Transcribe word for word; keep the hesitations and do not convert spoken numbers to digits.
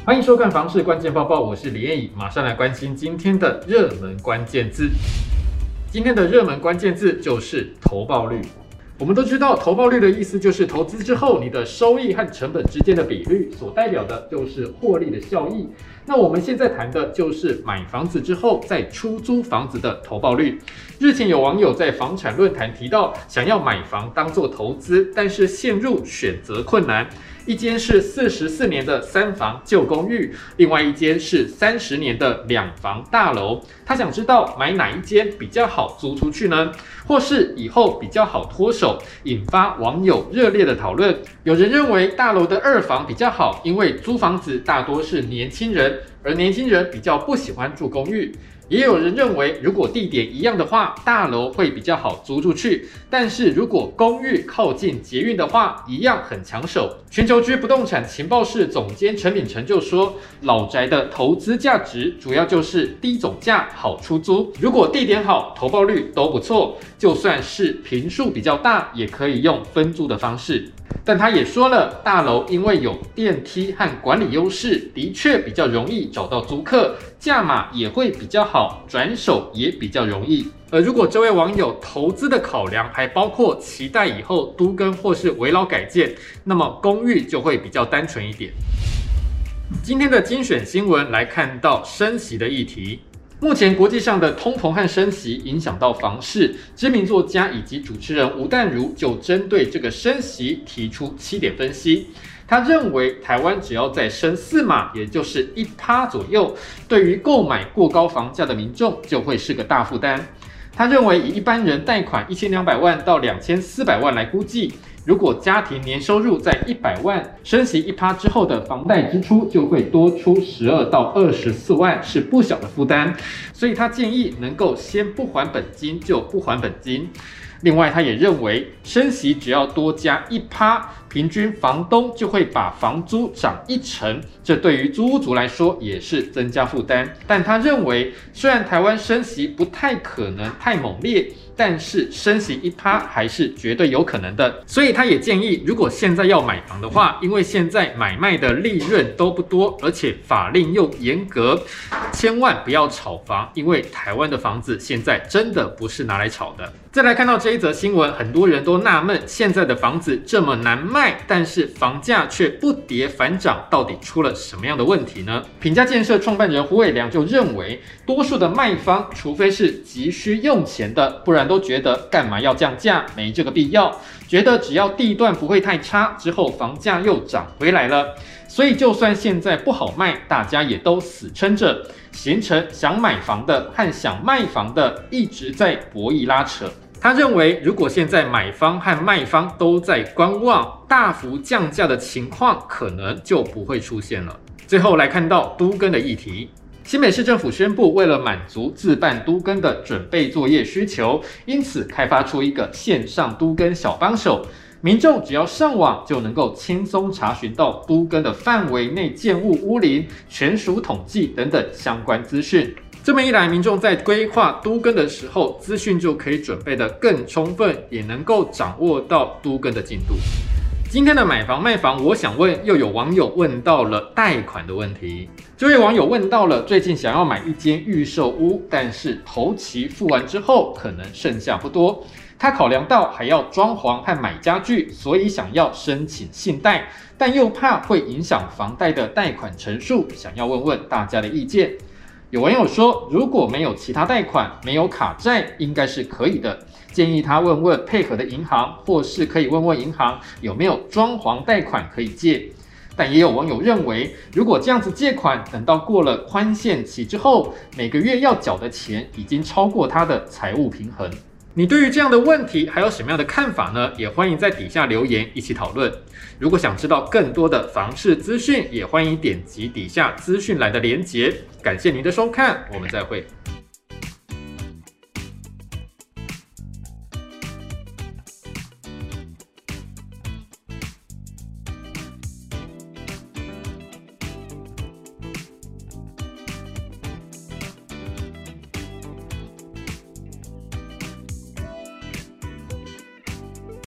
欢迎收看房市关键报报，我是李彦颖，马上来关心今天的热门关键字。今天的热门关键字就是投报率。我们都知道，投报率的意思就是投资之后你的收益和成本之间的比率，所代表的就是获利的效益。那我们现在谈的就是买房子之后再出租房子的投报率。日前有网友在房产论坛提到，想要买房当作投资，但是陷入选择困难。一间是四十四年的三房旧公寓，另外一间是三十年的两房大楼。他想知道买哪一间比较好租出去呢？或是以后比较好脱手，引发网友热烈的讨论。有人认为大楼的二房比较好，因为租房子大多是年轻人，而年轻人比较不喜欢住公寓。也有人认为，如果地点一样的话，大楼会比较好租出去。但是如果公寓靠近捷运的话，一样很抢手。全球居不动产情报室总监陈秉成就说，老宅的投资价值主要就是低总价好出租。如果地点好，投报率都不错，就算是坪数比较大，也可以用分租的方式。但他也说了，大楼因为有电梯和管理优势，的确比较容易找到租客，价码也会比较好，转手也比较容易。而如果这位网友投资的考量还包括期待以后都更或是危老改建，那么公寓就会比较单纯一点。今天的精选新闻来看到升息的议题。目前国际上的通膨和升息影响到房市，知名作家以及主持人吴淡如就针对这个升息提出七点分析。他认为台湾只要再升四码，也就是一趴左右，对于购买过高房价的民众就会是个大负担。他认为以一般人贷款一千两百万到两千四百万来估计，如果家庭年收入在一百万，升息一趴之后的房贷支出就会多出十二到二十四万，是不小的负担。所以他建议能够先不还本金就不还本金。另外，他也认为升息只要多加一趴，平均房东就会把房租涨一成，这对于租屋族来说也是增加负担。但他认为，虽然台湾升息不太可能太猛烈，但是升息一趴还是绝对有可能的。所以他也建议，如果现在要买房的话，因为现在买卖的利润都不多，而且法令又严格，千万不要炒房，因为台湾的房子现在真的不是拿来炒的。再来看到这一则新闻，很多人都纳闷，现在的房子这么难卖，但是房价却不跌反涨，到底出了什么样的问题呢？品佳建设创办人胡伟良就认为，多数的卖方除非是急需用钱的，不然都觉得干嘛要降价，没这个必要，觉得只要地段不会太差，之后房价又涨回来了。所以就算现在不好卖，大家也都死撑着，形成想买房的和想卖房的一直在博弈拉扯。他认为，如果现在买方和卖方都在观望，大幅降价的情况可能就不会出现了。最后来看到都更的议题。新北市政府宣布，为了满足自办都更的准备作业需求，因此开发出一个线上都更小帮手，民众只要上网就能够轻松查询到都更的范围内建物屋龄、权属统计等等相关资讯。这么一来，民众在规划都更的时候，资讯就可以准备得更充分，也能够掌握到都更的进度。今天的买房卖房，我想问，又有网友问到了贷款的问题。这位网友问到了，最近想要买一间预售屋，但是头期付完之后，可能剩下不多。他考量到还要装潢和买家具，所以想要申请信贷，但又怕会影响房贷的贷款成数，想要问问大家的意见。有网友说，如果没有其他贷款，没有卡债，应该是可以的。建议他问问配合的银行，或是可以问问银行有没有装潢贷款可以借。但也有网友认为，如果这样子借款，等到过了宽限期之后，每个月要缴的钱已经超过他的财务平衡。你对于这样的问题还有什么样的看法呢？也欢迎在底下留言一起讨论。如果想知道更多的房市资讯，也欢迎点击底下资讯栏的连结。感谢您的收看，我们再会。